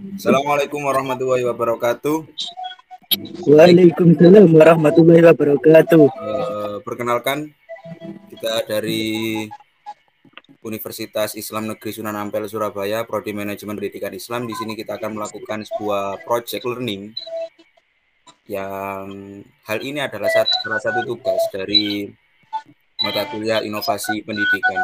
Assalamualaikum warahmatullahi wabarakatuh. Baik, Waalaikumsalam warahmatullahi wabarakatuh. perkenalkan kita dari Universitas Islam Negeri Sunan Ampel Surabaya, Prodi Manajemen Pendidikan Islam. Di sini kita akan melakukan sebuah project learning yang hal ini adalah salah satu tugas dari mata kuliah inovasi pendidikan.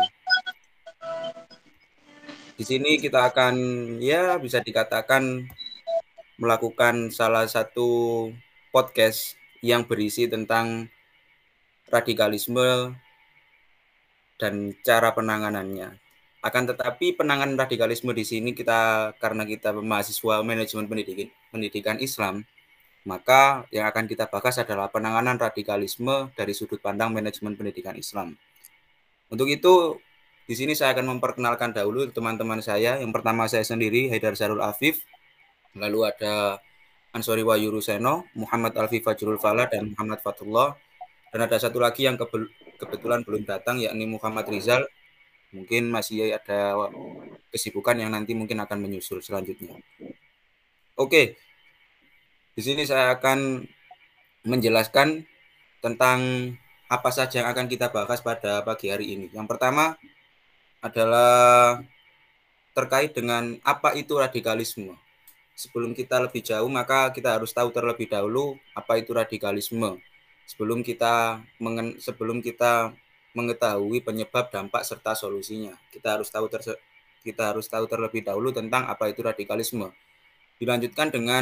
Di sini kita akan bisa dikatakan melakukan salah satu podcast yang berisi tentang radikalisme dan cara penanganannya. Akan tetapi penanganan radikalisme di sini karena kita mahasiswa manajemen pendidikan Islam, maka yang akan kita bahas adalah penanganan radikalisme dari sudut pandang manajemen pendidikan Islam. Untuk itu, di sini saya akan memperkenalkan dahulu teman-teman saya. Yang pertama saya sendiri, Haidar Syarul Afif. Lalu ada Ansori Wahyu Ruseno, Muhammad Alfi Fajrul Fala, dan Muhammad Fatullah. Dan ada satu lagi yang kebetulan belum datang, yakni Muhammad Rizal. Mungkin masih ada kesibukan yang nanti mungkin akan menyusul selanjutnya. Oke, di sini saya akan menjelaskan tentang apa saja yang akan kita bahas pada pagi hari ini. Yang pertama adalah terkait dengan apa itu radikalisme. Sebelum kita lebih jauh, maka kita harus tahu terlebih dahulu apa itu radikalisme. Sebelum kita mengetahui penyebab, dampak, serta solusinya, kita harus tahu terlebih dahulu tentang apa itu radikalisme. Dilanjutkan dengan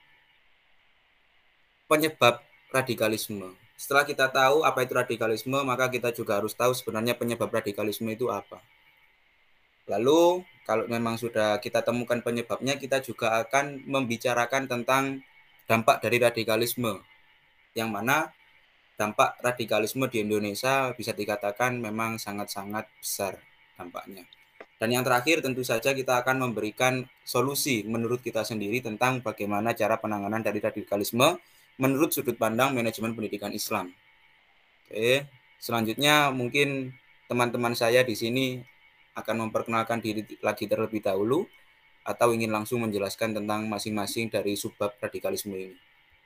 penyebab radikalisme. Setelah kita tahu apa itu radikalisme, maka kita juga harus tahu sebenarnya penyebab radikalisme itu apa. Lalu kalau memang sudah kita temukan penyebabnya, kita juga akan membicarakan tentang dampak dari radikalisme, yang mana dampak radikalisme di Indonesia bisa dikatakan memang sangat-sangat besar dampaknya. Dan yang terakhir tentu saja kita akan memberikan solusi menurut kita sendiri tentang bagaimana cara penanganan dari radikalisme menurut sudut pandang manajemen pendidikan Islam. Oke, selanjutnya mungkin teman-teman saya di sini akan memperkenalkan diri lagi terlebih dahulu atau ingin langsung menjelaskan tentang masing-masing dari subbab radikalisme ini.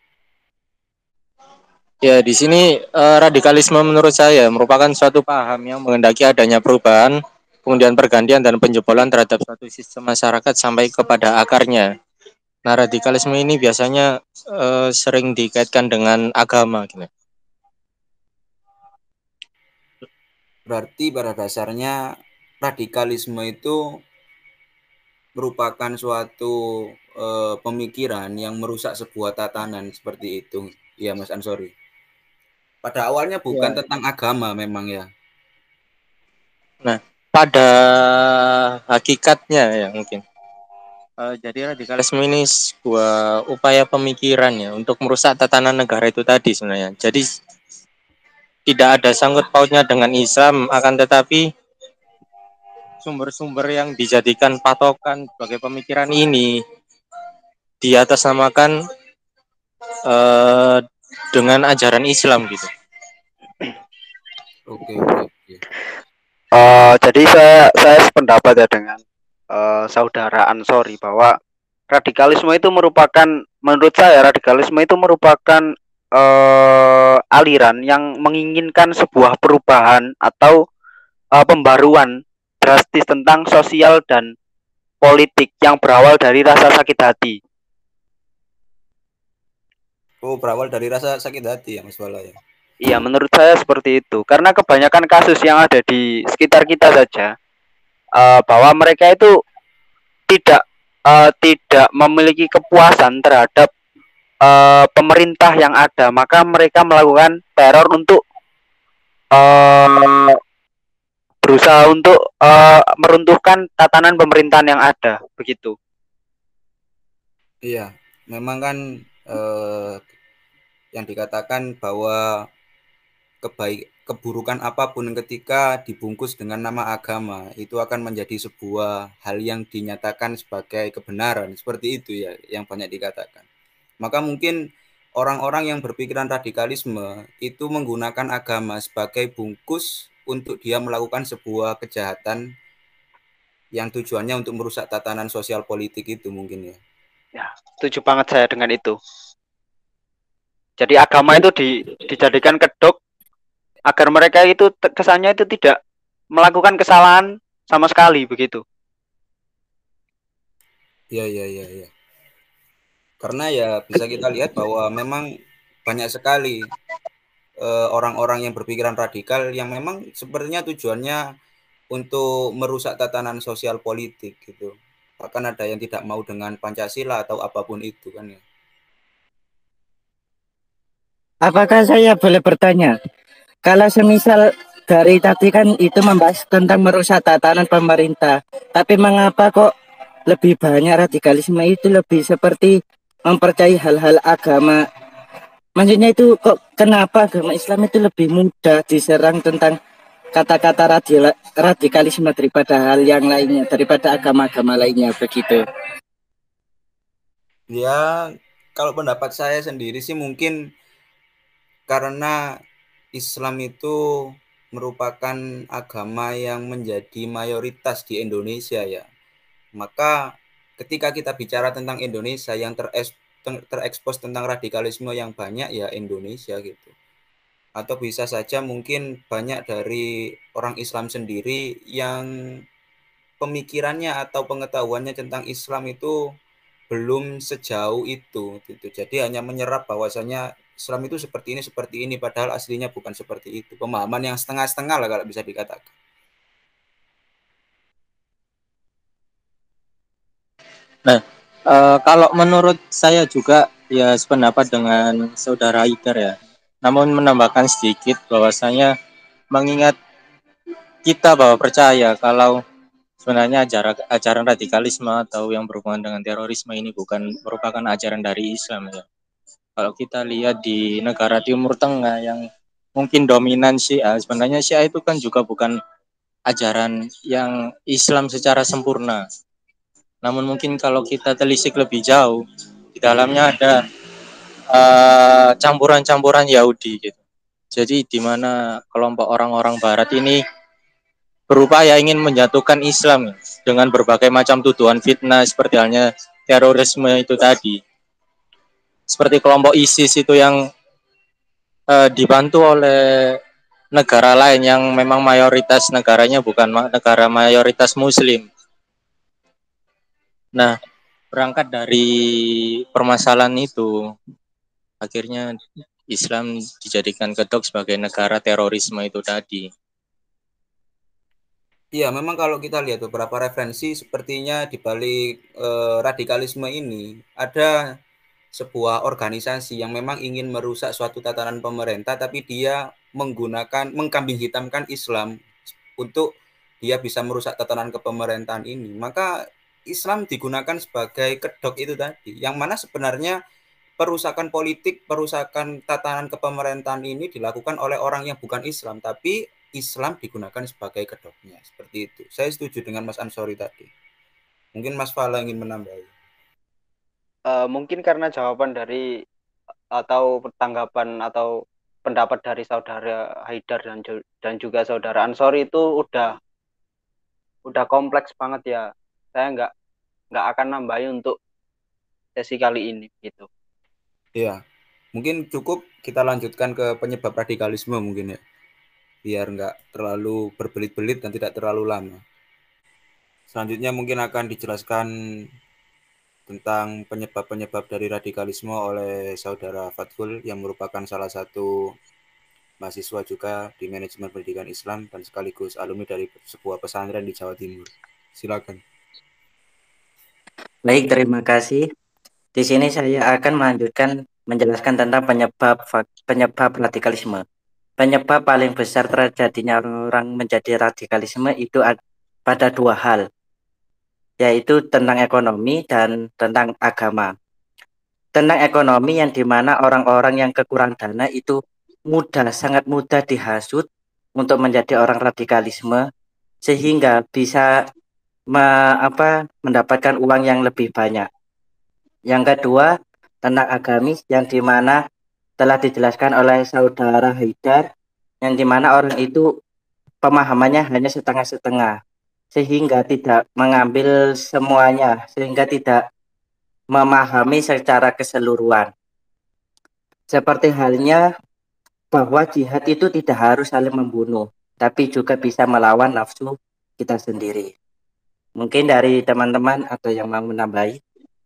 Ya, di sini radikalisme menurut saya merupakan suatu paham yang menghendaki adanya perubahan, kemudian pergantian dan penjebolan terhadap suatu sistem masyarakat sampai kepada akarnya. Nah, radikalisme ini biasanya sering dikaitkan dengan agama, gitu. Berarti pada dasarnya radikalisme itu merupakan suatu pemikiran yang merusak sebuah tatanan seperti itu. Ya, Mas Ansori. Pada awalnya bukan Ya. tentang agama memang ya. Nah, pada hakikatnya ya mungkin. Jadi radikalisme ini sebuah upaya pemikiran ya untuk merusak tatanan negara itu tadi sebenarnya. Jadi tidak ada sangkut pautnya dengan Islam, akan tetapi sumber-sumber yang dijadikan patokan sebagai pemikiran ini diatasnamakan dengan ajaran Islam gitu. Oke. Jadi saya sependapat ya dengan saudara Ansori bahwa radikalisme itu merupakan, menurut saya radikalisme itu merupakan aliran yang menginginkan sebuah perubahan atau pembaruan drastis tentang sosial dan politik yang berawal dari rasa sakit hati. Oh, berawal dari rasa sakit hati ya Mas Bala ya. Iya, menurut saya seperti itu. Karena kebanyakan kasus yang ada di sekitar kita saja, bahwa mereka itu tidak memiliki kepuasan terhadap pemerintah yang ada, maka mereka melakukan teror untuk berusaha untuk meruntuhkan tatanan pemerintahan yang ada, begitu. Iya, memang kan yang dikatakan bahwa keburukan apapun ketika dibungkus dengan nama agama itu akan menjadi sebuah hal yang dinyatakan sebagai kebenaran, seperti itu ya yang banyak dikatakan. Maka mungkin orang-orang yang berpikiran radikalisme itu menggunakan agama sebagai bungkus untuk dia melakukan sebuah kejahatan yang tujuannya untuk merusak tatanan sosial politik itu mungkin ya. Ya, setuju banget saya dengan itu. Jadi agama itu dijadikan kedok agar mereka itu kesannya itu tidak melakukan kesalahan sama sekali begitu. Iya, iya, iya, iya. Karena ya bisa kita lihat bahwa memang banyak sekali orang-orang yang berpikiran radikal yang memang sebenarnya tujuannya untuk merusak tatanan sosial politik gitu. Bahkan ada yang tidak mau dengan Pancasila atau apapun itu kan ya. Apakah saya boleh bertanya? Kalau semisal dari tadi kan itu membahas tentang merusak tatanan pemerintah, tapi mengapa kok lebih banyak radikalisme itu lebih seperti mempercayai hal-hal agama? Maksudnya itu kok kenapa agama Islam itu lebih mudah diserang tentang kata-kata radikalisme daripada hal yang lainnya, daripada agama-agama lainnya begitu? Ya, kalau pendapat saya sendiri sih mungkin karena Islam itu merupakan agama yang menjadi mayoritas di Indonesia ya. Maka ketika kita bicara tentang Indonesia yang terekspos tentang radikalisme yang banyak ya Indonesia gitu. Atau bisa saja mungkin banyak dari orang Islam sendiri yang pemikirannya atau pengetahuannya tentang Islam itu belum sejauh itu gitu. Jadi hanya menyerap bahwasanya Islam itu seperti ini padahal aslinya bukan seperti itu. Pemahaman yang setengah-setengah lah kalau bisa dikatakan. Nah, kalau menurut saya juga ya sependapat dengan saudara Iker ya. Namun menambahkan sedikit bahwasanya mengingat kita bahwa percaya kalau sebenarnya ajaran radikalisme atau yang berhubungan dengan terorisme ini bukan merupakan ajaran dari Islam ya. Kalau kita lihat di negara Timur Tengah yang mungkin dominan Syiah, sebenarnya Syiah itu kan juga bukan ajaran yang Islam secara sempurna. Namun mungkin kalau kita telisik lebih jauh, di dalamnya ada campuran-campuran Yahudi gitu. Jadi di mana kelompok orang-orang Barat ini berupaya ingin menjatuhkan Islam dengan berbagai macam tuduhan fitnah seperti halnya terorisme itu tadi. Seperti kelompok ISIS itu yang dibantu oleh negara lain yang memang mayoritas negaranya bukan negara mayoritas Muslim. Nah, berangkat dari permasalahan itu, akhirnya Islam dijadikan kedok sebagai negara terorisme itu tadi. Iya, memang kalau kita lihat beberapa referensi sepertinya di balik radikalisme ini ada sebuah organisasi yang memang ingin merusak suatu tatanan pemerintah tapi dia mengkambing hitamkan Islam untuk dia bisa merusak tatanan kepemerintahan ini. Maka Islam digunakan sebagai kedok itu tadi, yang mana sebenarnya perusakan politik, perusakan tatanan kepemerintahan ini dilakukan oleh orang yang bukan Islam, tapi Islam digunakan sebagai kedoknya. Seperti itu. Saya setuju dengan Mas Ansori tadi. Mungkin Mas Fala ingin menambahi. Mungkin karena jawaban dari atau tanggapan atau pendapat dari saudara Haidar dan juga saudara Ansori itu udah kompleks banget ya. Saya nggak akan nambahin untuk sesi kali ini gitu. Iya. Mungkin cukup kita lanjutkan ke penyebab radikalisme mungkin ya. Biar nggak terlalu berbelit-belit dan tidak terlalu lama. Selanjutnya mungkin akan dijelaskan tentang penyebab-penyebab dari radikalisme oleh saudara Fathul yang merupakan salah satu mahasiswa juga di manajemen pendidikan Islam dan sekaligus alumni dari sebuah pesantren di Jawa Timur. Silakan. Baik, terima kasih. Di sini saya akan melanjutkan menjelaskan tentang penyebab radikalisme. Penyebab paling besar terjadinya orang menjadi radikalisme itu pada dua hal, yaitu tentang ekonomi dan tentang agama. Tentang ekonomi yang dimana orang-orang yang kekurangan dana itu sangat mudah dihasut untuk menjadi orang radikalisme sehingga bisa mendapatkan uang yang lebih banyak. Yang kedua, tentang agamis yang dimana telah dijelaskan oleh saudara Haidar, yang dimana orang itu pemahamannya hanya setengah-setengah, sehingga tidak mengambil semuanya, sehingga tidak memahami secara keseluruhan. Seperti halnya bahwa jihad itu tidak harus saling membunuh, tapi juga bisa melawan nafsu kita sendiri. Mungkin dari teman-teman atau yang mau menambahi?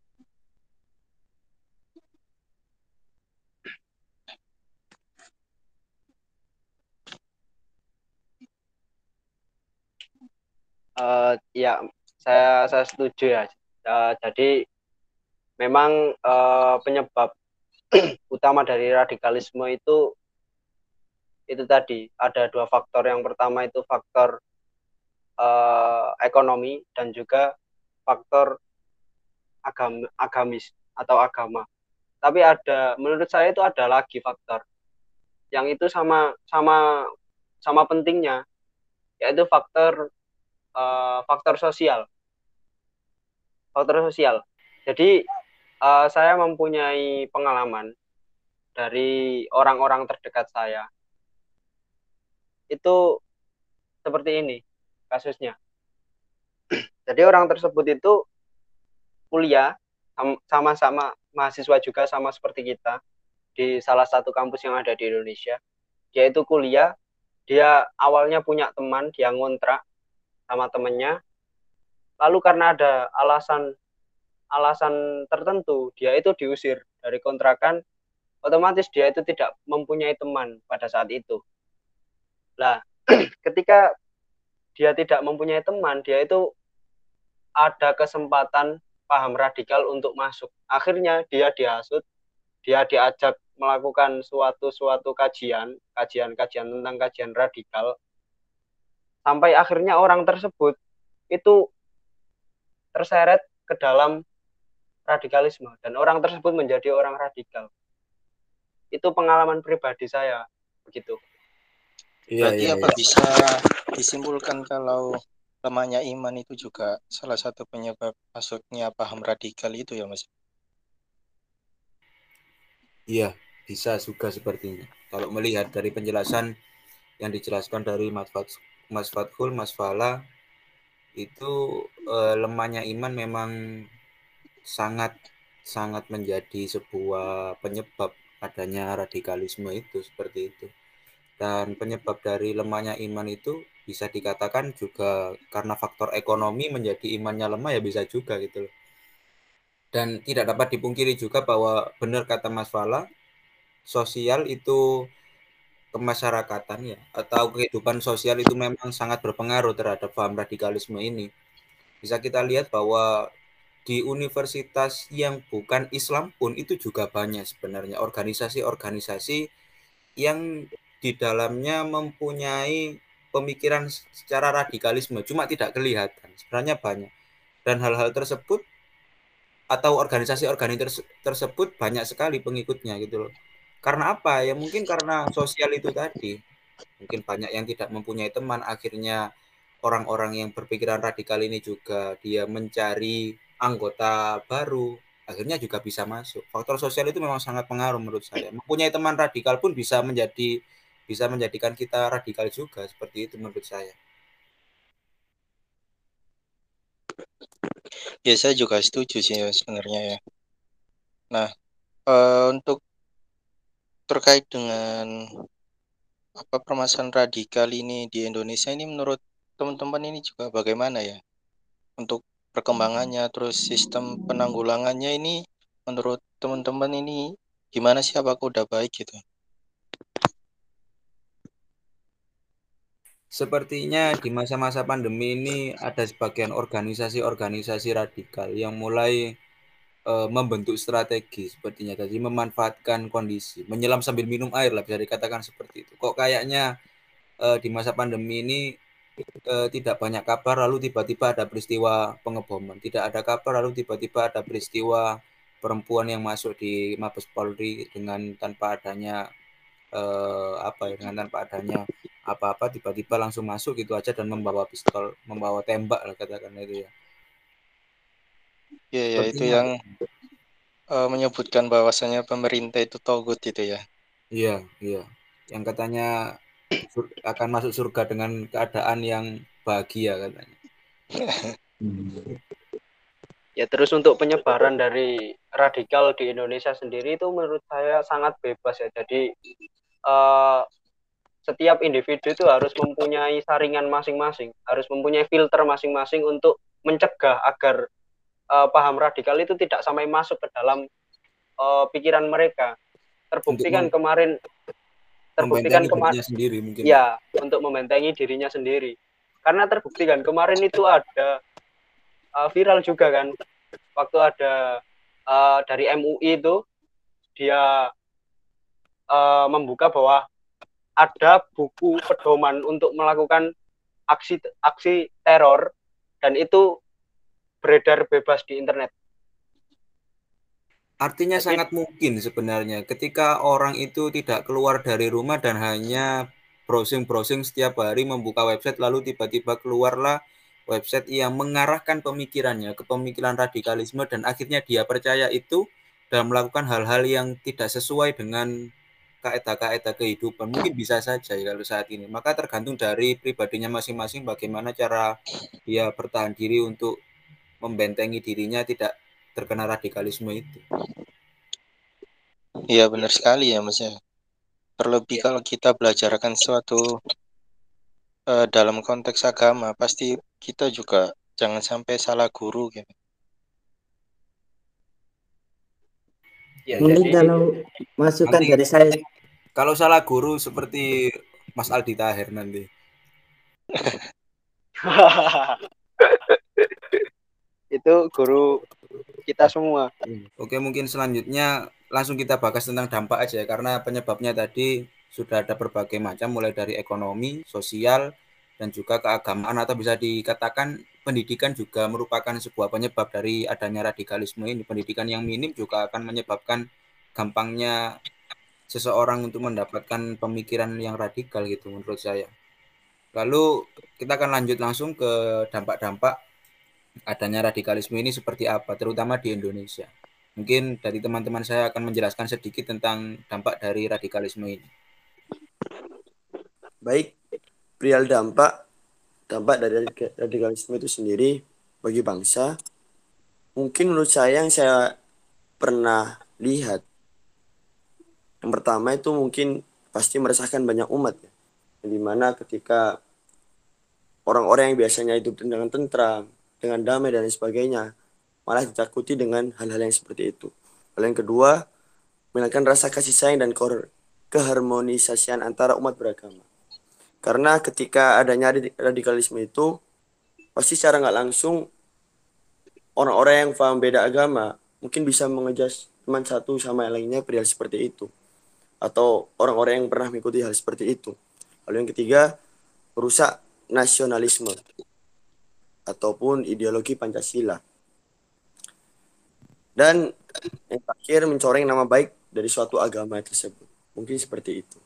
Ya, saya setuju ya. Jadi memang penyebab utama dari radikalisme itu tadi ada dua faktor. Yang pertama itu faktor ekonomi dan juga faktor agamis atau agama. Tapi menurut saya itu ada lagi faktor yang itu sama pentingnya, yaitu faktor sosial. Jadi saya mempunyai pengalaman dari orang-orang terdekat saya. Itu seperti ini kasusnya. Jadi orang tersebut itu kuliah sama-sama mahasiswa juga, sama seperti kita, di salah satu kampus yang ada di Indonesia. Dia itu kuliah, dia awalnya punya teman, dia ngontrak sama temennya. Lalu karena ada alasan tertentu, dia itu diusir dari kontrakan. Otomatis dia itu tidak mempunyai teman pada saat itu. Nah, ketika dia tidak mempunyai teman, dia itu ada kesempatan paham radikal untuk masuk. Akhirnya dia dihasut, dia diajak melakukan suatu kajian tentang kajian radikal, sampai akhirnya orang tersebut itu terseret ke dalam radikalisme dan orang tersebut menjadi orang radikal. Itu pengalaman pribadi saya begitu. Berarti apa bisa disimpulkan kalau lemahnya iman itu juga salah satu penyebab masuknya paham radikal itu ya, Mas? Iya, bisa juga sepertinya. Kalau melihat dari penjelasan yang dijelaskan dari Mas Fathul, Mas Fala, itu lemahnya iman memang sangat menjadi sebuah penyebab adanya radikalisme itu, seperti itu. Dan penyebab dari lemahnya iman itu bisa dikatakan juga karena faktor ekonomi menjadi imannya lemah, ya bisa juga gitu loh. Dan tidak dapat dipungkiri juga bahwa benar kata Mas Fala, sosial itu kemasyarakatan ya, atau kehidupan sosial itu memang sangat berpengaruh terhadap paham radikalisme ini. Bisa kita lihat bahwa di universitas yang bukan Islam pun itu juga banyak sebenarnya organisasi-organisasi yang di dalamnya mempunyai pemikiran secara radikalisme, cuma tidak kelihatan. Sebenarnya banyak. Dan hal-hal tersebut atau organisasi-organisasi tersebut banyak sekali pengikutnya gitu loh. Karena apa? Ya mungkin karena sosial itu tadi. Mungkin banyak yang tidak mempunyai teman, akhirnya orang-orang yang berpikiran radikal ini juga dia mencari anggota baru, akhirnya juga bisa masuk. Faktor sosial itu memang sangat pengaruh menurut saya. Mempunyai teman radikal pun bisa menjadikan kita radikal juga, seperti itu menurut saya. Ya, saya juga setuju sih ya, sebenarnya ya. Nah, untuk terkait dengan apa permasalahan radikal ini di Indonesia ini, menurut teman-teman ini juga bagaimana ya untuk perkembangannya, terus sistem penanggulangannya ini menurut teman-teman ini gimana sih, apakah udah baik gitu? Sepertinya di masa-masa pandemi ini ada sebagian organisasi-organisasi radikal yang mulai membentuk strategi, sepertinya tadi memanfaatkan kondisi, menyelam sambil minum air lah, bisa dikatakan seperti itu. Kok kayaknya di masa pandemi ini tidak banyak kabar, lalu tiba-tiba ada peristiwa pengeboman, tidak ada kabar, lalu tiba-tiba ada peristiwa perempuan yang masuk di Mabes Polri dengan tanpa adanya apa-apa, tiba-tiba langsung masuk gitu aja dan membawa pistol, membawa tembak lah katakan itu ya. Ya, ya itu yang menyebutkan bahwasannya pemerintah itu togut itu ya. Iya, iya. Yang katanya akan masuk surga dengan keadaan yang bahagia katanya. Ya, terus untuk penyebaran dari radikal di Indonesia sendiri itu menurut saya sangat bebas ya. Jadi setiap individu itu harus mempunyai saringan masing-masing, harus mempunyai filter masing-masing untuk mencegah agar paham radikal itu tidak sampai masuk ke dalam pikiran mereka. Terbuktikan kemarin sendiri mungkin ya, untuk membentengi dirinya sendiri. Karena terbuktikan kemarin itu ada viral juga kan, waktu ada dari MUI itu dia membuka bahwa ada buku pedoman untuk melakukan aksi teror dan itu beredar bebas di internet. Artinya sangat mungkin sebenarnya ketika orang itu tidak keluar dari rumah dan hanya browsing-browsing setiap hari membuka website, lalu tiba-tiba keluarlah website yang mengarahkan pemikirannya ke pemikiran radikalisme dan akhirnya dia percaya itu dan melakukan hal-hal yang tidak sesuai dengan kaidah-kaidah kehidupan. Mungkin bisa saja ya kalau saat ini. Maka tergantung dari pribadinya masing-masing bagaimana cara dia bertahan diri untuk membentengi dirinya tidak terkena radikalisme itu. Iya benar sekali ya Mas ya. Terlebih kalau kita belajarkan suatu dalam konteks agama, pasti kita juga jangan sampai salah guru gitu. Ya, mungkin kalau masukan dari saya, kalau salah guru seperti Mas Aldi Tahir nanti. Itu guru kita semua. Oke, mungkin selanjutnya langsung kita bahas tentang dampak aja ya, karena penyebabnya tadi sudah ada berbagai macam, mulai dari ekonomi, sosial, dan juga keagamaan, atau bisa dikatakan pendidikan juga merupakan sebuah penyebab dari adanya radikalisme ini. Pendidikan yang minim juga akan menyebabkan gampangnya seseorang untuk mendapatkan pemikiran yang radikal gitu menurut saya. Lalu kita akan lanjut langsung ke dampak-dampak adanya radikalisme ini seperti apa, terutama di Indonesia. Mungkin dari teman-teman saya akan menjelaskan sedikit tentang dampak dari radikalisme ini. Baik, perihal dampak dari radikalisme itu sendiri bagi bangsa, mungkin menurut saya yang saya pernah lihat, yang pertama itu mungkin pasti meresahkan banyak umat ya. Di mana ketika orang-orang yang biasanya hidup dengan tentram, dengan damai dan lain sebagainya, malah ditakuti dengan hal-hal yang seperti itu. Lalu yang kedua, menghilangkan rasa kasih sayang dan keharmonisasian antara umat beragama. Karena ketika adanya radikalisme itu, pasti secara nggak langsung orang-orang yang paham beda agama mungkin bisa mengejas teman satu sama yang lainnya perihal seperti itu. Atau orang-orang yang pernah mengikuti hal seperti itu. Lalu yang ketiga, merusak nasionalisme ataupun ideologi Pancasila. Dan yang terakhir, mencoreng nama baik dari suatu agama tersebut. Mungkin seperti itu.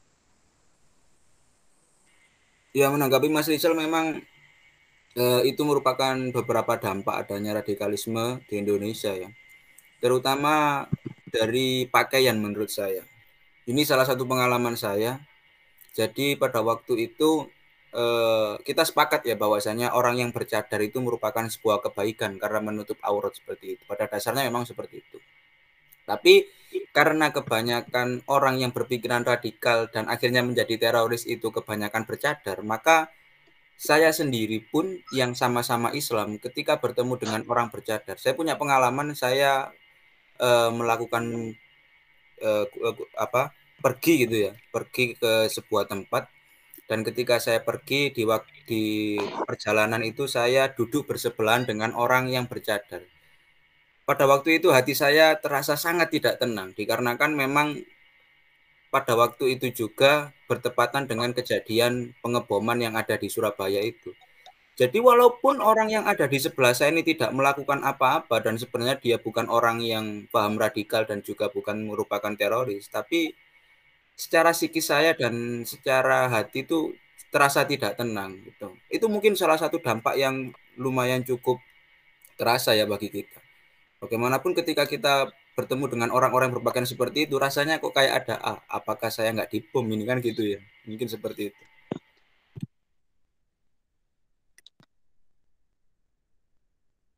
Ya, menanggapi Mas Rizal, memang itu merupakan beberapa dampak adanya radikalisme di Indonesia ya. Terutama dari pakaian menurut saya. Ini salah satu pengalaman saya. Jadi pada waktu itu kita sepakat ya bahwasanya orang yang bercadar itu merupakan sebuah kebaikan karena menutup aurat seperti itu. Pada dasarnya memang seperti itu. Tapi karena kebanyakan orang yang berpikiran radikal dan akhirnya menjadi teroris itu kebanyakan bercadar, maka saya sendiri pun yang sama-sama Islam ketika bertemu dengan orang bercadar, saya punya pengalaman saya melakukan pergi gitu ya, pergi ke sebuah tempat, dan ketika saya pergi di perjalanan itu saya duduk bersebelahan dengan orang yang bercadar. Pada waktu itu hati saya terasa sangat tidak tenang dikarenakan memang pada waktu itu juga bertepatan dengan kejadian pengeboman yang ada di Surabaya itu. Jadi walaupun orang yang ada di sebelah saya ini tidak melakukan apa-apa dan sebenarnya dia bukan orang yang paham radikal dan juga bukan merupakan teroris, tapi secara psikis saya dan secara hati itu terasa tidak tenang gitu. Itu mungkin salah satu dampak yang lumayan cukup terasa ya bagi kita. Bagaimanapun ketika kita bertemu dengan orang-orang yang berpakaian seperti itu, rasanya kok kayak ada, apakah saya nggak dibom ini kan gitu ya. Mungkin seperti itu.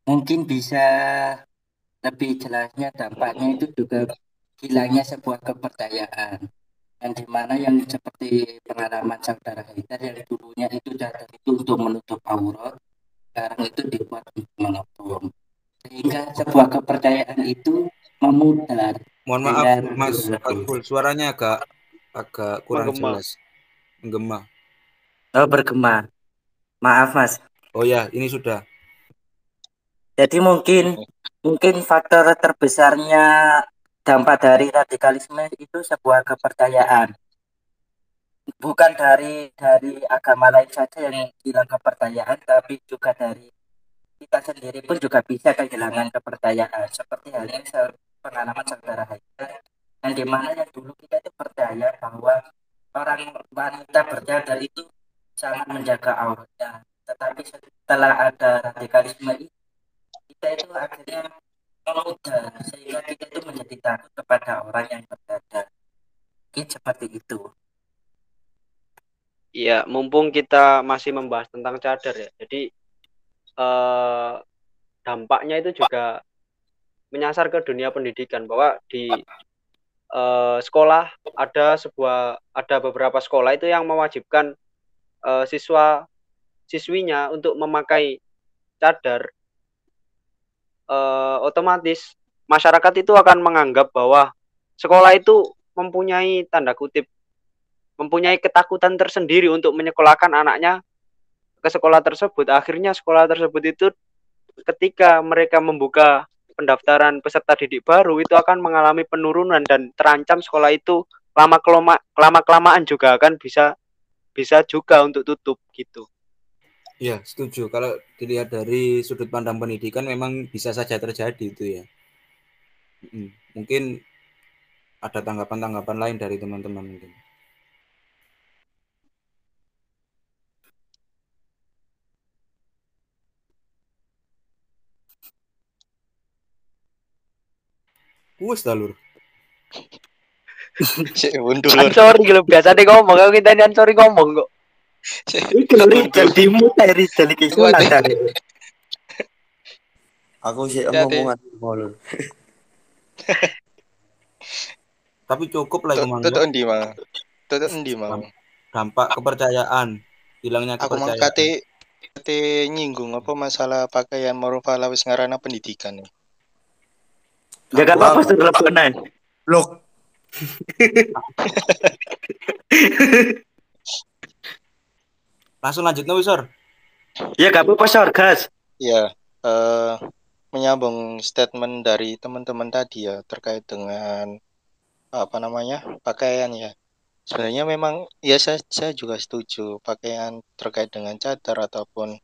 Mungkin bisa lebih jelasnya dampaknya itu juga hilangnya sebuah kepercayaan yang dimana yang seperti pengalaman saudara Haidar yang dulunya itu cadar itu untuk menutup aurat, sekarang itu dibuat untuk menutup, sehingga sebuah kepercayaan itu memudar Mohon maaf, dengan Mas perilaku. Fakul, suaranya agak kurang Menggema. jelas, menggema. Oh, bergema. Maaf, Mas. Oh ya, ini sudah. Jadi mungkin faktor terbesarnya dampak dari radikalisme itu sebuah kepercayaan. Bukan dari agama lain saja yang hilang kepercayaan, tapi juga dari kita sendiri pun juga bisa kehilangan kepercayaan. Seperti halnya pengalaman saudara Haidar, yang dimana yang dulu kita itu percaya bahwa orang wanita bercadar itu sangat menjaga auratnya. Tetapi setelah ada radikalisme ini, kita itu akhirnya memudar sehingga kita itu menjadi takut kepada orang yang bercadar. Mungkin seperti itu. Iya, mumpung kita masih membahas tentang cadar ya. Jadi dampaknya itu juga menyasar ke dunia pendidikan, bahwa di sekolah ada beberapa sekolah itu yang mewajibkan siswinya untuk memakai cadar. Otomatis masyarakat itu akan menganggap bahwa sekolah itu mempunyai ketakutan tersendiri untuk menyekolahkan anaknya ke sekolah tersebut. Akhirnya sekolah tersebut itu ketika mereka membuka pendaftaran peserta didik baru itu akan mengalami penurunan, dan terancam sekolah itu lama kelamaan juga akan bisa juga untuk tutup gitu. Ya, setuju. Kalau dilihat dari sudut pandang pendidikan memang bisa saja terjadi itu ya. Mungkin ada tanggapan-tanggapan lain dari teman-teman mungkin. Wes dalur. Ansori gitu biasa deh ngomong, kalau kita ansori ngomong kok. Iki lho Rizal dimutai Rizal iki sunat tadi. Aku sih Ya, omongan molor. Tapi cukup lah itu Tutuk mangga. endi mau? Tutuk endi mau? Dampak kepercayaan, hilangnya Aku mau kepercayaan. kate nyinggung apa masalah pakaian Morofala wis ngarana pendidikan. Ya gak apa-apa sudah leponan. Blok. Langsung lanjut nih, Sor. Ya gak apa-apa Sor, gas. Ya, menyambung statement dari teman-teman tadi ya terkait dengan apa namanya pakaian ya. Sebenarnya memang ya saya juga setuju pakaian terkait dengan cadar ataupun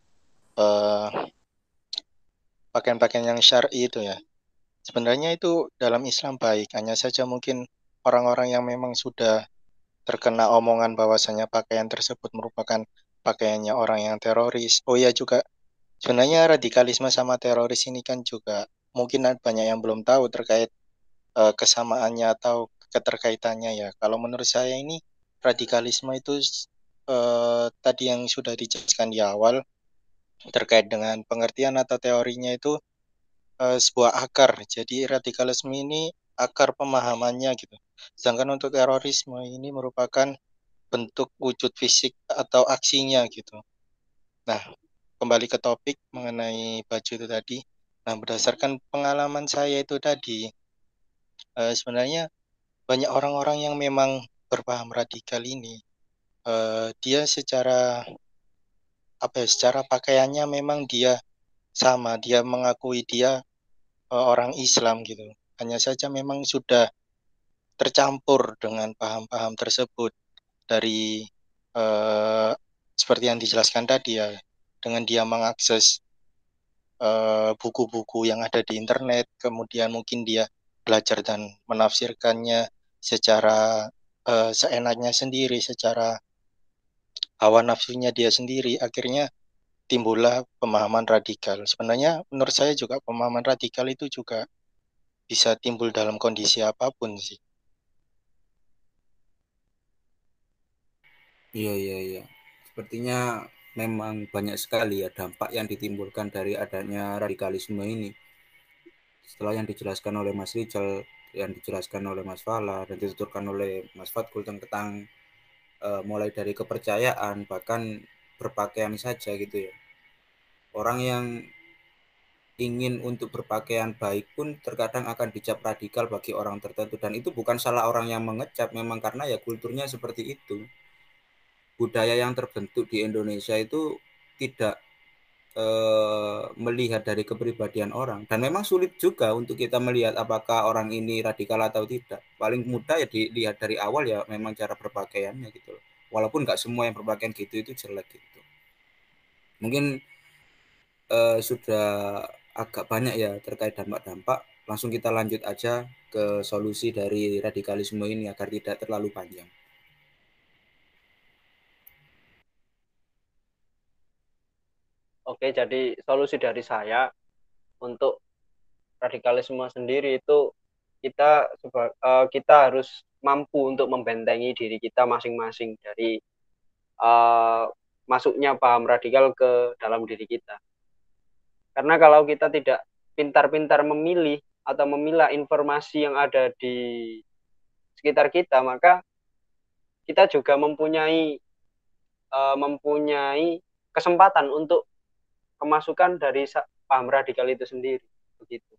pakaian-pakaian yang syar'i itu ya. Sebenarnya itu dalam Islam baik, hanya saja mungkin orang-orang yang memang sudah terkena omongan bahwasanya pakaian tersebut merupakan pakaiannya orang yang teroris. Oh ya juga sebenarnya radikalisme sama teroris ini kan juga mungkin banyak yang belum tahu terkait kesamaannya atau keterkaitannya ya. Kalau menurut saya ini radikalisme itu tadi yang sudah dijelaskan di awal terkait dengan pengertian atau teorinya itu sebuah akar. Jadi radikalisme ini akar pemahamannya gitu. Sedangkan untuk terorisme ini merupakan bentuk wujud fisik atau aksinya gitu. Nah, kembali ke topik mengenai baju itu tadi. Nah, berdasarkan pengalaman saya itu tadi, sebenarnya banyak orang-orang yang memang berpaham radikal ini, dia secara secara pakaiannya memang dia sama, dia mengakui dia orang Islam gitu. Hanya saja memang sudah tercampur dengan paham-paham tersebut dari seperti yang dijelaskan tadi ya, dengan dia mengakses buku-buku yang ada di internet, kemudian mungkin dia belajar dan menafsirkannya secara seenaknya sendiri, secara hawa nafsunya dia sendiri, akhirnya timbullah pemahaman radikal. Sebenarnya menurut saya juga pemahaman radikal itu juga bisa timbul dalam kondisi apapun sih. Iya. Sepertinya memang banyak sekali ya dampak yang ditimbulkan dari adanya radikalisme ini. Setelah yang dijelaskan oleh Mas Rijal, yang dijelaskan oleh Mas Fala, dan dituturkan oleh Mas Fatkul tentang mulai dari kepercayaan, bahkan berpakaian saja gitu ya. Orang yang ingin untuk berpakaian baik pun terkadang akan dicap radikal bagi orang tertentu, dan itu bukan salah orang yang mengecap, memang karena ya kulturnya seperti itu. Budaya yang terbentuk di Indonesia itu tidak melihat dari kepribadian orang, dan memang sulit juga untuk kita melihat apakah orang ini radikal atau tidak. Paling mudah ya dilihat dari awal ya memang cara berpakaiannya gitu loh. Walaupun nggak semua yang berpakaian gitu itu jelek gitu. Mungkin sudah agak banyak ya terkait dampak-dampak. Langsung kita lanjut aja ke solusi dari radikalisme ini agar tidak terlalu panjang. Oke, jadi solusi dari saya untuk radikalisme sendiri itu kita harus mampu untuk membentengi diri kita masing-masing dari masuknya paham radikal ke dalam diri kita. Karena kalau kita tidak pintar-pintar memilih atau memilah informasi yang ada di sekitar kita, maka kita juga mempunyai kesempatan untuk kemasukan dari paham radikal itu sendiri, begitu.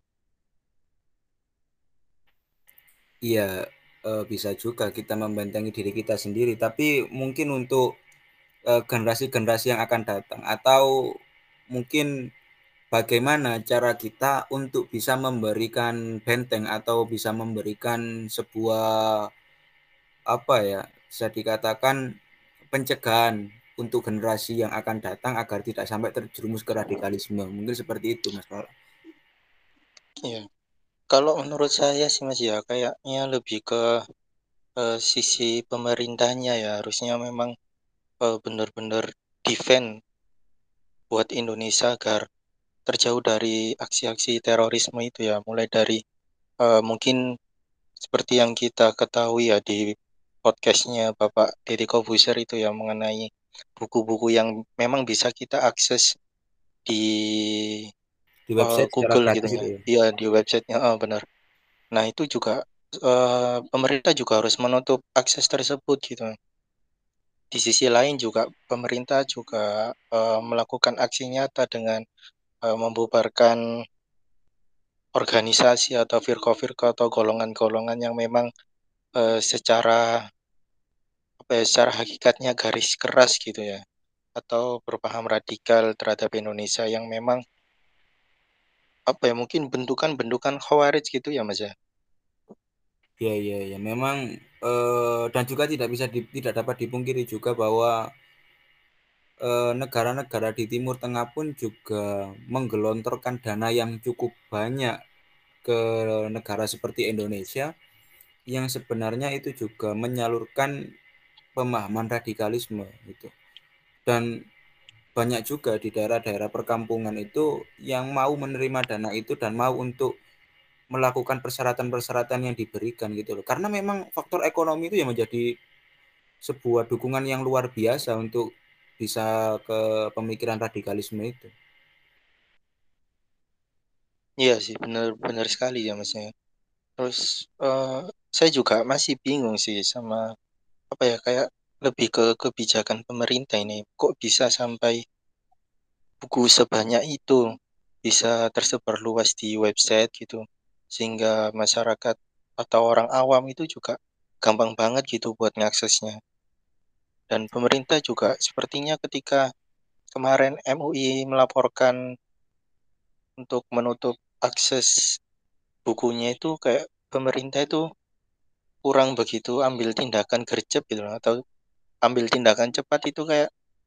Iya, bisa juga kita membentengi diri kita sendiri, tapi mungkin untuk generasi-generasi yang akan datang, atau mungkin bagaimana cara kita untuk bisa memberikan benteng atau bisa memberikan sebuah apa ya, bisa dikatakan pencegahan untuk generasi yang akan datang agar tidak sampai terjerumus ke radikalisme. Mungkin seperti itu, Mas Fala. Iya. Kalau menurut saya sih Mas ya kayaknya lebih ke sisi pemerintahnya ya, harusnya memang benar-benar defend buat Indonesia agar terjauh dari aksi-aksi terorisme itu ya, mulai dari mungkin seperti yang kita ketahui ya di podcastnya Bapak Deddy Corbuzier itu ya, mengenai buku-buku yang memang bisa kita akses di Di website secara Google gitu gratis ya. itu ya. Iya, di websitenya benar. Nah itu juga pemerintah juga harus menutup akses tersebut gitu. Di sisi lain juga pemerintah juga melakukan aksi nyata dengan membubarkan organisasi atau firqa-firqa atau golongan-golongan yang memang secara apa ya, secara hakikatnya garis keras gitu ya, atau berpaham radikal terhadap Indonesia yang memang apa ya, mungkin bentukan-bentukan khawarij gitu ya Mas ya. Iya, iya, ya. Memang dan juga tidak dapat dipungkiri juga bahwa negara-negara di Timur Tengah pun juga menggelontorkan dana yang cukup banyak ke negara seperti Indonesia, yang sebenarnya itu juga menyalurkan pemahaman radikalisme gitu. Dan banyak juga di daerah-daerah perkampungan itu yang mau menerima dana itu dan mau untuk melakukan persyaratan-persyaratan yang diberikan gitu loh. Karena memang faktor ekonomi itu yang menjadi sebuah dukungan yang luar biasa untuk bisa ke pemikiran radikalisme itu. Iya sih, benar-benar sekali ya Mas ya. Terus saya juga masih bingung sih sama apa ya, kayak lebih ke kebijakan pemerintah ini. Kok bisa sampai buku sebanyak itu bisa tersebar luas di website gitu, sehingga masyarakat atau orang awam itu juga gampang banget gitu buat ngaksesnya. Dan pemerintah juga sepertinya ketika kemarin MUI melaporkan untuk menutup akses bukunya itu kayak pemerintah itu kurang begitu ambil tindakan gercep gitu loh, atau ambil tindakan cepat itu kayak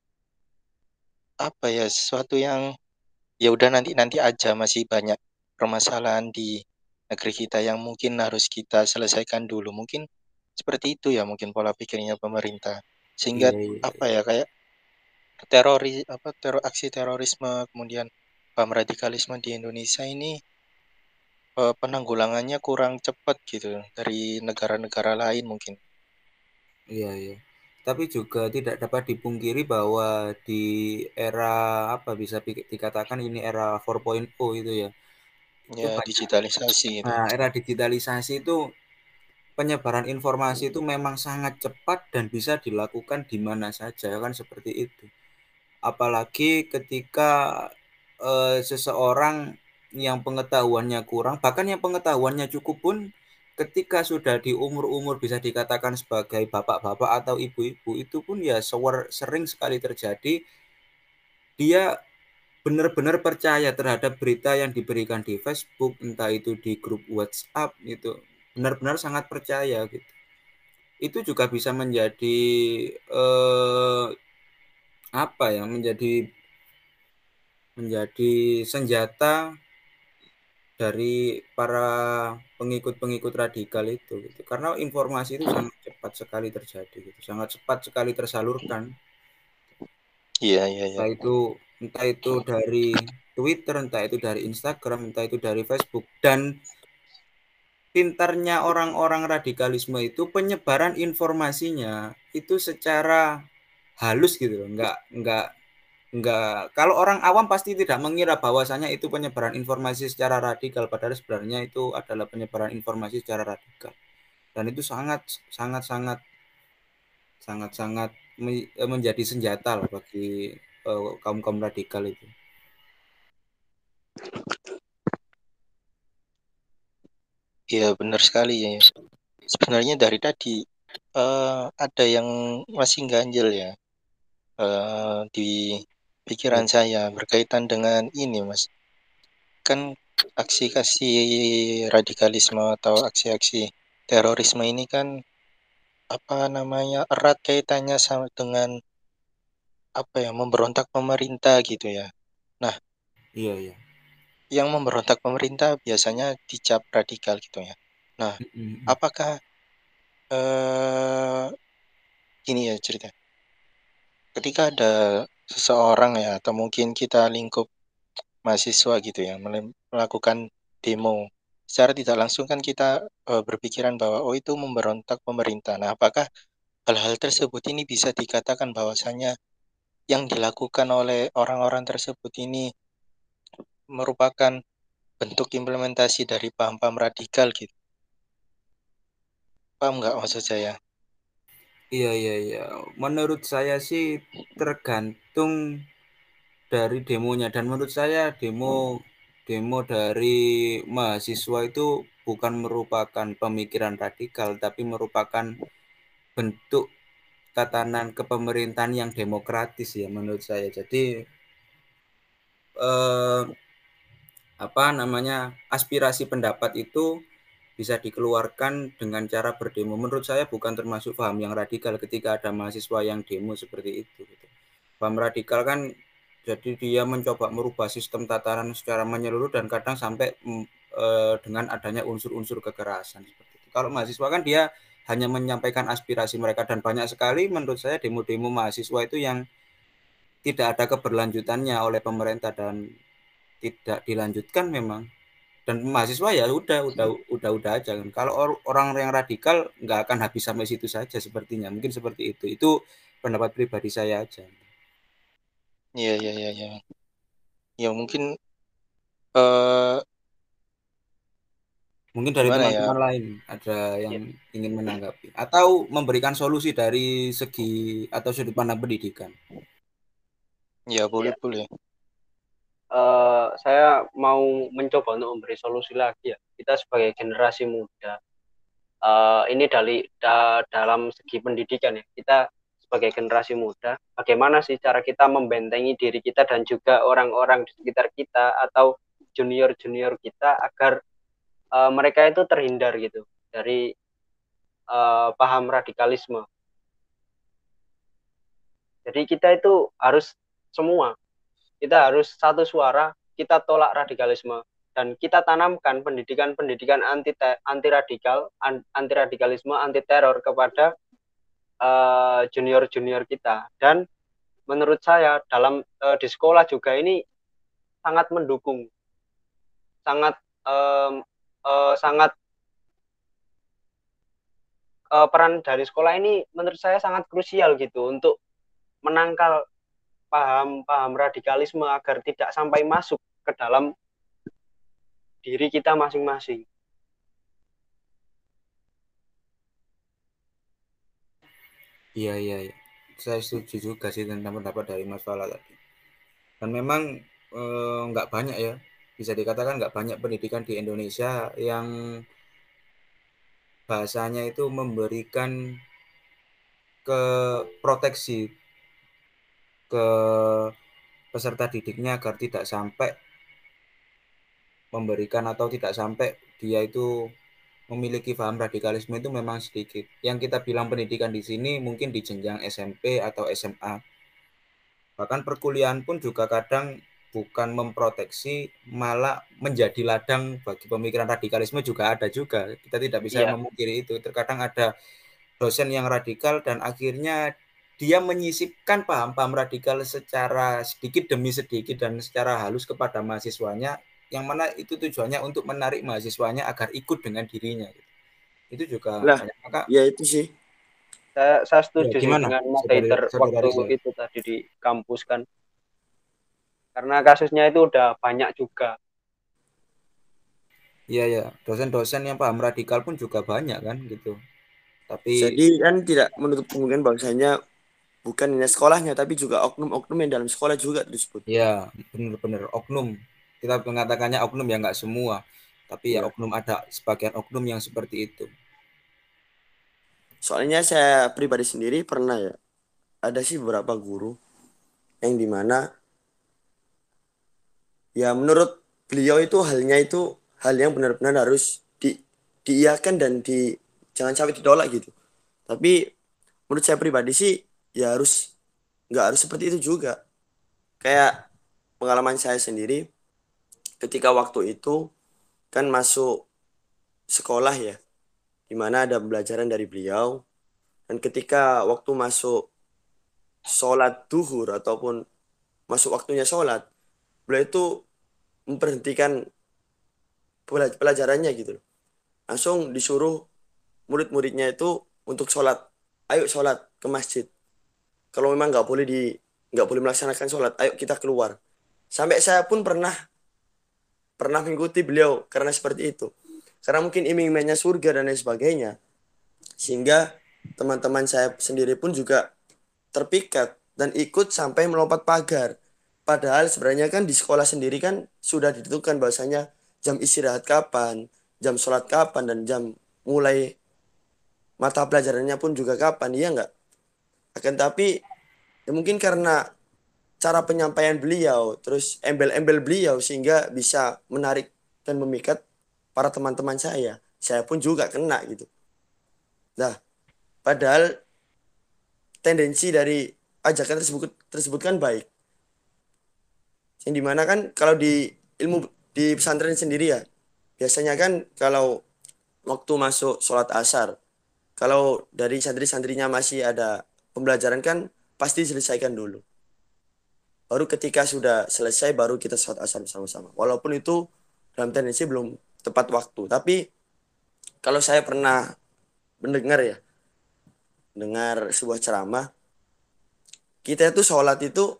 apa ya, sesuatu yang ya udah nanti nanti aja, masih banyak permasalahan di negeri kita yang mungkin harus kita selesaikan dulu, mungkin seperti itu ya, mungkin pola pikirnya pemerintah, sehingga Iya, iya, apa ya, kayak teror aksi terorisme kemudian paham radikalisme di Indonesia ini penanggulangannya kurang cepat gitu dari negara-negara lain mungkin. iya, iya. tapi juga tidak dapat dipungkiri bahwa di era apa bisa dikatakan ini era 4.0 itu ya. Itu Ya, banyak. digitalisasi itu. Nah, era digitalisasi itu penyebaran informasi itu memang sangat cepat dan bisa dilakukan di mana saja kan seperti itu. Apalagi ketika seseorang yang pengetahuannya kurang, bahkan yang pengetahuannya cukup pun ketika sudah di umur-umur bisa dikatakan sebagai bapak-bapak atau ibu-ibu itu pun ya sering sekali terjadi dia benar-benar percaya terhadap berita yang diberikan di Facebook, entah itu di grup WhatsApp gitu. Benar-benar sangat percaya gitu. Itu juga bisa menjadi apa ya? Menjadi senjata dari para pengikut-pengikut radikal itu gitu. Karena informasi itu sangat cepat sekali terjadi gitu. Sangat cepat sekali tersalurkan. Iya, iya, iya. Entah itu dari Twitter, entah itu dari Instagram, entah itu dari Facebook, dan pintarnya orang-orang radikalisme itu penyebaran informasinya itu secara halus gitu loh, nggak kalau orang awam pasti tidak mengira bahwasanya itu penyebaran informasi secara radikal, padahal sebenarnya itu adalah penyebaran informasi secara radikal, dan itu sangat sangat sangat sangat sangat menjadi senjata lah bagi kaum kaum radikal itu. Iya, benar sekali ya. Sebenarnya dari tadi ada yang masih ganjel ya di pikiran saya berkaitan dengan ini, Mas. Kan aksi-aksi radikalisme atau aksi-aksi terorisme ini kan apa namanya erat kaitannya sama dengan apa ya memberontak pemerintah gitu ya. Nah, Iya, iya. yang memberontak pemerintah biasanya dicap radikal gitu ya. Nah, apakah gini ya cerita? Ketika ada seseorang ya atau mungkin kita lingkup mahasiswa gitu ya melakukan demo, secara tidak langsung kan kita berpikiran bahwa oh itu memberontak pemerintah. Nah, apakah hal-hal tersebut ini bisa dikatakan bahwasanya yang dilakukan oleh orang-orang tersebut ini merupakan bentuk implementasi dari paham-paham radikal gitu? Paham nggak maksud saya? Iya, iya, iya. Menurut saya sih tergantung dari demonya, dan menurut saya demo dari mahasiswa itu bukan merupakan pemikiran radikal, tapi merupakan bentuk tatanan kepemerintahan yang demokratis ya menurut saya. Jadi eh, apa namanya aspirasi pendapat itu bisa dikeluarkan dengan cara berdemo. Menurut saya bukan termasuk paham yang radikal ketika ada mahasiswa yang demo seperti itu gitu. Paham radikal kan jadi dia mencoba merubah sistem tatanan secara menyeluruh dan kadang sampai dengan adanya unsur-unsur kekerasan seperti itu. Kalau mahasiswa kan dia hanya menyampaikan aspirasi mereka, dan banyak sekali menurut saya demo-demo mahasiswa itu yang tidak ada keberlanjutannya oleh pemerintah dan tidak dilanjutkan memang, dan mahasiswa ya udah aja kan. Kalau orang yang radikal nggak akan habis sampai situ saja sepertinya, mungkin seperti itu pendapat pribadi saya aja. Iya, iya, iya, iya. Ya mungkin eh Mungkin dari gimana ya? teman-teman lain ada yang ingin menanggapi atau memberikan solusi dari segi atau sudut pandang pendidikan. Ya boleh Ya, boleh. saya mau mencoba untuk memberi solusi lagi ya. Kita sebagai generasi muda, ini dalam segi pendidikan ya, kita sebagai generasi muda, bagaimana sih cara kita membentengi diri kita dan juga orang-orang di sekitar kita atau junior-junior kita agar mereka itu terhindar gitu dari paham radikalisme. Jadi kita itu harus kita harus satu suara, kita tolak radikalisme dan kita tanamkan pendidikan-pendidikan anti radikal, anti radikalisme, anti teror kepada junior-junior kita. Dan menurut saya di sekolah juga ini sangat mendukung, sangat sangat peran dari sekolah ini menurut saya sangat krusial gitu untuk menangkal paham-paham radikalisme agar tidak sampai masuk ke dalam diri kita masing-masing. Iya, iya, iya. Saya setuju juga sih tentang pendapat dari Mas Fala tadi. Dan memang nggak banyak ya, bisa dikatakan nggak banyak pendidikan di Indonesia yang bahasanya itu memberikan ke proteksi ke peserta didiknya agar tidak sampai memberikan atau tidak sampai dia itu memiliki paham radikalisme itu memang sedikit. Yang kita bilang pendidikan di sini mungkin di jenjang SMP atau SMA. Bahkan perkuliahan pun juga kadang bukan memproteksi, malah menjadi ladang bagi pemikiran radikalisme juga ada juga. Kita tidak bisa memungkiri itu. Terkadang ada dosen yang radikal dan akhirnya dia menyisipkan paham-paham radikal secara sedikit demi sedikit dan secara halus kepada mahasiswanya, yang mana itu tujuannya untuk menarik mahasiswanya agar ikut dengan dirinya. Itu juga banyak. Maka ya itu sih. Saya setuju sih dengan Mas Haider waktu itu tadi di kampus kan. Karena kasusnya itu udah banyak juga. Iya ya, dosen-dosen yang paham radikal pun juga banyak kan gitu. Tapi jadi kan tidak menutup kemungkinan bahwasanya bukan hanya sekolahnya tapi juga oknum-oknum yang dalam sekolah juga tersebut. Ya, benar-benar oknum. Kita mengatakannya oknum ya nggak semua, tapi ya oknum, ada sebagian oknum yang seperti itu. Soalnya saya pribadi sendiri pernah ya, ada sih beberapa guru yang dimana ya menurut beliau itu halnya itu hal yang benar-benar harus diiyakan dan jangan sampai ditolak gitu. Tapi menurut saya pribadi sih ya nggak harus seperti itu juga. Kayak pengalaman saya sendiri ketika waktu itu kan masuk sekolah ya, dimana ada pembelajaran dari beliau, dan ketika waktu masuk sholat duhur ataupun masuk waktunya sholat, beliau itu memberhentikan pelajarannya gitu loh. Langsung disuruh murid-muridnya itu untuk sholat. Ayo sholat ke masjid. Kalau memang nggak boleh melaksanakan sholat, ayo kita keluar. Sampai saya pun pernah mengikuti beliau karena seperti itu. Karena mungkin iming-imingnya surga dan lain sebagainya. Sehingga teman-teman saya sendiri pun juga terpikat dan ikut sampai melompat pagar. Padahal sebenarnya kan di sekolah sendiri kan sudah ditentukan bahwasanya jam istirahat kapan, jam sholat kapan, dan jam mulai mata pelajarannya pun juga kapan, iya nggak? Akan tapi ya mungkin karena cara penyampaian beliau, terus embel-embel beliau sehingga bisa menarik dan memikat para teman-teman saya. Saya pun juga kena gitu. Nah, padahal tendensi dari ajakan tersebut kan baik. Yang dimana kan kalau di ilmu di pesantren sendiri ya, biasanya kan kalau waktu masuk sholat asar, kalau dari santri-santrinya masih ada pembelajaran kan pasti diselesaikan dulu. Baru ketika sudah selesai baru kita sholat asar bersama-sama. Walaupun itu dalam tendensi belum tepat waktu. Tapi kalau saya pernah dengar sebuah ceramah, kita itu sholat itu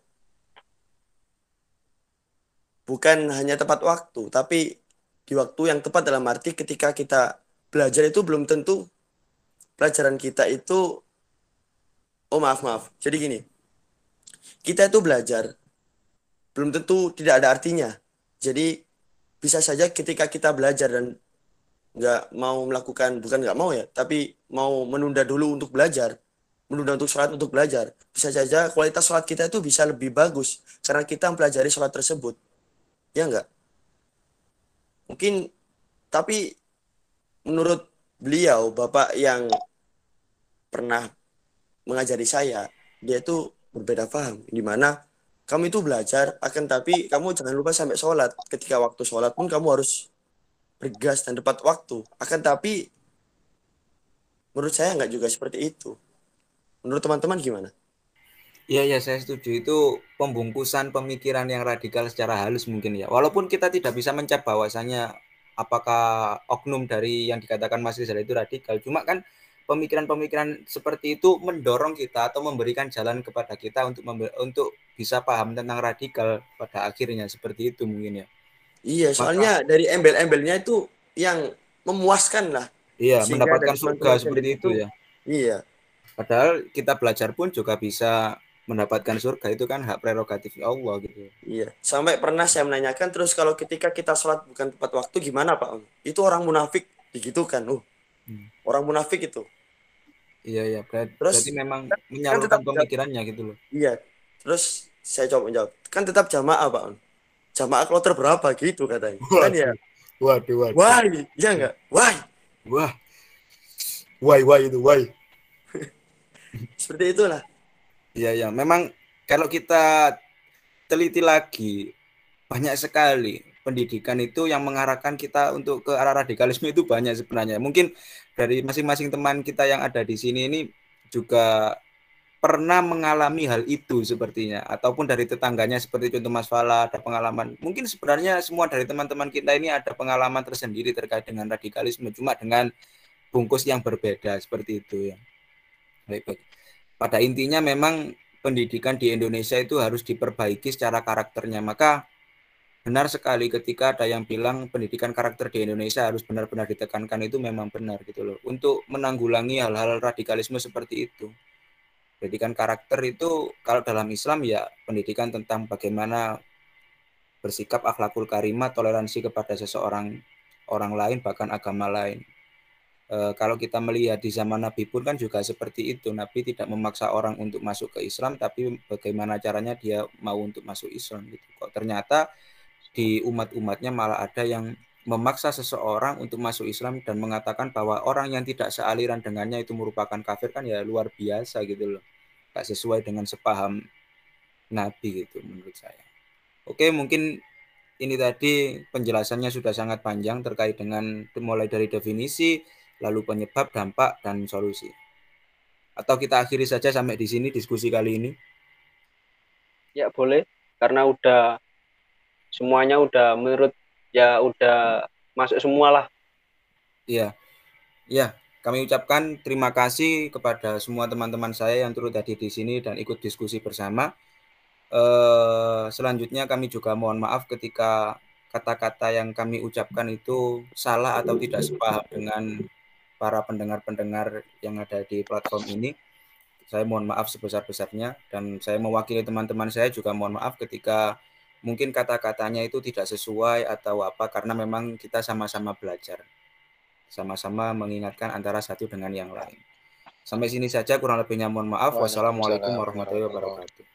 bukan hanya tepat waktu, tapi di waktu yang tepat dalam arti ketika kita belajar itu belum tentu pelajaran kita itu, oh maaf. Jadi gini, kita itu belajar belum tentu tidak ada artinya. Jadi bisa saja ketika kita belajar dan bukan nggak mau ya, tapi mau menunda dulu untuk belajar, menunda untuk sholat untuk belajar, bisa saja kualitas sholat kita itu bisa lebih bagus karena kita mempelajari sholat tersebut. Ya enggak? Mungkin, tapi menurut beliau, Bapak yang pernah mengajari saya, dia itu berbeda paham. Di mana kamu itu belajar, akan tapi kamu jangan lupa sampai sholat. Ketika waktu sholat pun kamu harus bergas dan tepat waktu. Akan tapi menurut saya nggak juga seperti itu. Menurut teman-teman gimana? Iya, saya setuju. Itu pembungkusan pemikiran yang radikal secara halus mungkin ya. Walaupun kita tidak bisa mencap bahwasanya apakah oknum dari yang dikatakan Mas Rizal itu radikal. Cuma kan pemikiran-pemikiran seperti itu mendorong kita atau memberikan jalan kepada kita untuk bisa paham tentang radikal pada akhirnya, seperti itu mungkin ya. Iya, soalnya dari embel-embelnya itu yang memuaskan lah. Iya, Sehingga mendapatkan dari surga teman-teman seperti sendiri itu ya. Iya, Padahal kita belajar pun juga bisa mendapatkan surga, itu kan hak prerogatif Allah gitu. iya. Sampai pernah saya menanyakan, terus kalau ketika kita sholat bukan tepat waktu gimana Pak? Itu orang munafik, digitukan. Orang munafik itu. Iya, Terus berarti memang kan menyalurkan tetap pemikirannya gitu loh. iya. Terus saya coba menjawab, kan tetap jamaah Pak. Jamaah kloter berapa gitu katanya. Kan ya, Waduh. wah, iya enggak? Wah. Why itu, why? Seperti itulah. Iya, memang kalau kita teliti lagi, banyak sekali pendidikan itu yang mengarahkan kita untuk ke arah radikalisme itu banyak sebenarnya. Mungkin dari masing-masing teman kita yang ada di sini ini juga pernah mengalami hal itu sepertinya, ataupun dari tetangganya seperti contoh Mas Fala ada pengalaman. Mungkin sebenarnya semua dari teman-teman kita ini ada pengalaman tersendiri terkait dengan radikalisme, cuma dengan bungkus yang berbeda seperti itu ya. Baik. Pada intinya memang pendidikan di Indonesia itu harus diperbaiki secara karakternya. Maka benar sekali ketika ada yang bilang pendidikan karakter di Indonesia harus benar-benar ditekankan, itu memang benar gitu loh. Untuk menanggulangi hal-hal radikalisme seperti itu. Pendidikan karakter itu kalau dalam Islam ya pendidikan tentang bagaimana bersikap akhlakul karimah, toleransi kepada seseorang, orang lain, bahkan agama lain. Kalau kita melihat di zaman Nabi pun kan juga seperti itu. Nabi tidak memaksa orang untuk masuk ke Islam, tapi bagaimana caranya dia mau untuk masuk Islam gitu. Kok ternyata di umat-umatnya malah ada yang memaksa seseorang untuk masuk Islam dan mengatakan bahwa orang yang tidak sealiran dengannya itu merupakan kafir, kan ya luar biasa gitu loh. Gak sesuai dengan sepaham Nabi gitu menurut saya. Oke, mungkin ini tadi penjelasannya sudah sangat panjang terkait dengan mulai dari definisi, lalu penyebab, dampak, dan solusi. Atau kita akhiri saja sampai di sini diskusi kali ini? Ya boleh, karena semuanya udah menurut ya udah masuk semua lah. Iya, kami ucapkan terima kasih kepada semua teman-teman saya yang turut hadir di sini dan ikut diskusi bersama. Selanjutnya kami juga mohon maaf ketika kata-kata yang kami ucapkan itu salah atau tidak sepaham dengan para pendengar-pendengar yang ada di platform ini. Saya mohon maaf sebesar-besarnya, dan saya mewakili teman-teman saya juga mohon maaf ketika mungkin kata-katanya itu tidak sesuai atau apa, karena memang kita sama-sama belajar, sama-sama mengingatkan antara satu dengan yang lain. Sampai sini saja, kurang lebihnya mohon maaf. Wassalamualaikum warahmatullahi wabarakatuh.